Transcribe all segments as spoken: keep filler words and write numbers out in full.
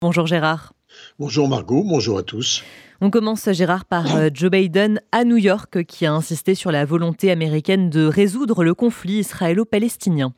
Bonjour Gérard. Bonjour Margot, bonjour à tous. On commence Gérard par euh, Joe Biden à New York qui a insisté sur la volonté américaine de résoudre le conflit israélo-palestinien.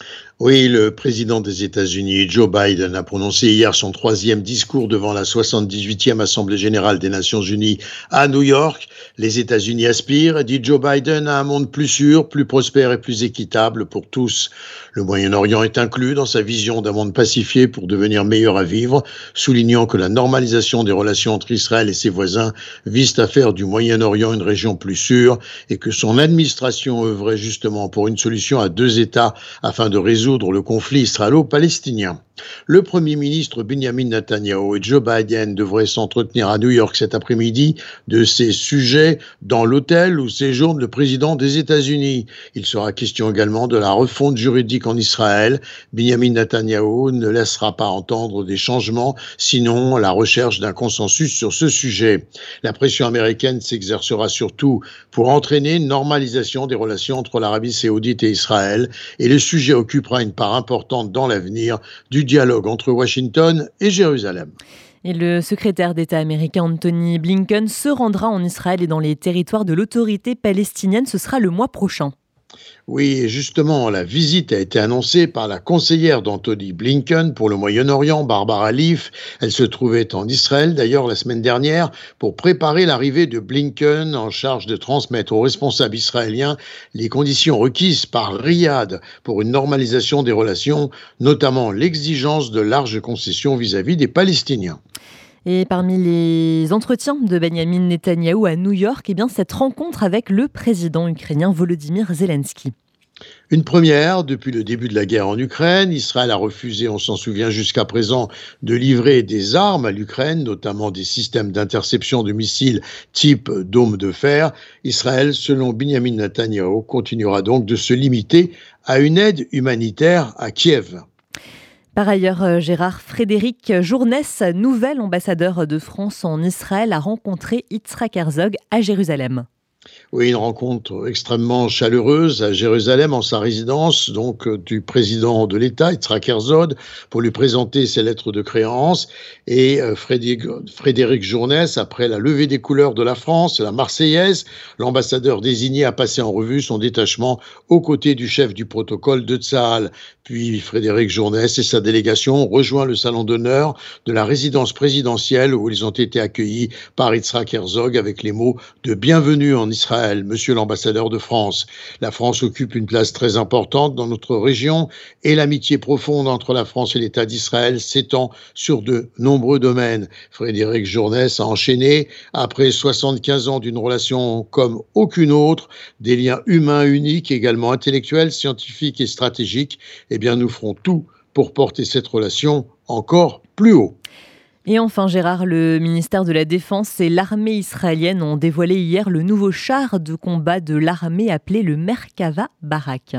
Oui, le président des États-Unis, Joe Biden, a prononcé hier son troisième discours devant la soixante-dix-huitième Assemblée générale des Nations unies à New York. Les États-Unis aspirent, dit Joe Biden, à un monde plus sûr, plus prospère et plus équitable pour tous. Le Moyen-Orient est inclus dans sa vision d'un monde pacifié pour devenir meilleur à vivre, soulignant que la normalisation des relations entre Israël et ses voisins vise à faire du Moyen-Orient une région plus sûre et que son administration œuvrait justement pour une solution à deux États afin de résoudre le conflit israélo-palestinien. Le Premier ministre Benjamin Netanyahu et Joe Biden devraient s'entretenir à New York cet après-midi de ces sujets dans l'hôtel où séjourne le président des États-Unis. Il sera question également de la refonte juridique en Israël. Benjamin Netanyahu ne laissera pas entendre des changements, sinon la recherche d'un consensus sur ce sujet. La pression américaine s'exercera surtout pour entraîner une normalisation des relations entre l'Arabie saoudite et Israël, et le sujet occupera une part importante dans l'avenir du dialogue entre Washington et Jérusalem. Et le secrétaire d'État américain Antony Blinken se rendra en Israël et dans les territoires de l'autorité palestinienne. Ce sera le mois prochain. Oui, et justement, la visite a été annoncée par la conseillère d'Antony Blinken pour le Moyen-Orient, Barbara Leaf. Elle se trouvait en Israël, d'ailleurs, la semaine dernière, pour préparer l'arrivée de Blinken en charge de transmettre aux responsables israéliens les conditions requises par Riyad pour une normalisation des relations, notamment l'exigence de larges concessions vis-à-vis des Palestiniens. Et parmi les entretiens de Benjamin Netanyahou à New York, eh bien, cette rencontre avec le président ukrainien Volodymyr Zelensky. Une première, depuis le début de la guerre en Ukraine, Israël a refusé, on s'en souvient jusqu'à présent, de livrer des armes à l'Ukraine, notamment des systèmes d'interception de missiles type dôme de fer. Israël, selon Benjamin Netanyahou, continuera donc de se limiter à une aide humanitaire à Kiev. Par ailleurs, Gérard, Frédéric Journès, nouvel ambassadeur de France en Israël, a rencontré Yitzhak Herzog à Jérusalem. Oui, une rencontre extrêmement chaleureuse à Jérusalem, en sa résidence, donc du président de l'État, Yitzhak Herzog, pour lui présenter ses lettres de créance. Et euh, Frédéric, Frédéric Journès, après la levée des couleurs de la France, la Marseillaise, l'ambassadeur désigné a passé en revue son détachement aux côtés du chef du protocole de Tsahal. Puis Frédéric Journès et sa délégation ont rejoint le salon d'honneur de la résidence présidentielle où ils ont été accueillis par Yitzhak Herzog avec les mots de bienvenue en Israël, monsieur l'ambassadeur de France. La France occupe une place très importante dans notre région et l'amitié profonde entre la France et l'État d'Israël s'étend sur de nombreux domaines. Frédéric Journès a enchaîné, après soixante-quinze ans d'une relation comme aucune autre, des liens humains uniques, également intellectuels, scientifiques et stratégiques. Eh bien, nous ferons tout pour porter cette relation encore plus haut. Et enfin, Gérard, le ministère de la Défense et l'armée israélienne ont dévoilé hier le nouveau char de combat de l'armée appelé le Merkava Barak.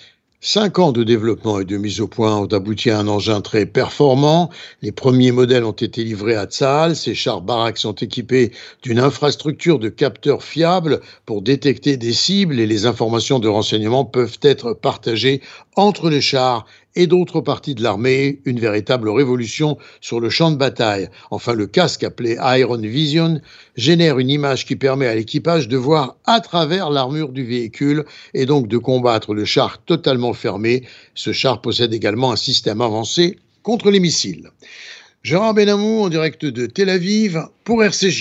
Cinq ans de développement et de mise au point ont abouti à un engin très performant. Les premiers modèles ont été livrés à Tsahal. Ces chars Barak sont équipés d'une infrastructure de capteurs fiables pour détecter des cibles et les informations de renseignement peuvent être partagées entre les chars et d'autres parties de l'armée, une véritable révolution sur le champ de bataille. Enfin, le casque appelé Iron Vision génère une image qui permet à l'équipage de voir à travers l'armure du véhicule et donc de combattre le char totalement fermé. Ce char possède également un système avancé contre les missiles. Gérard Benamou en direct de Tel Aviv pour R C J.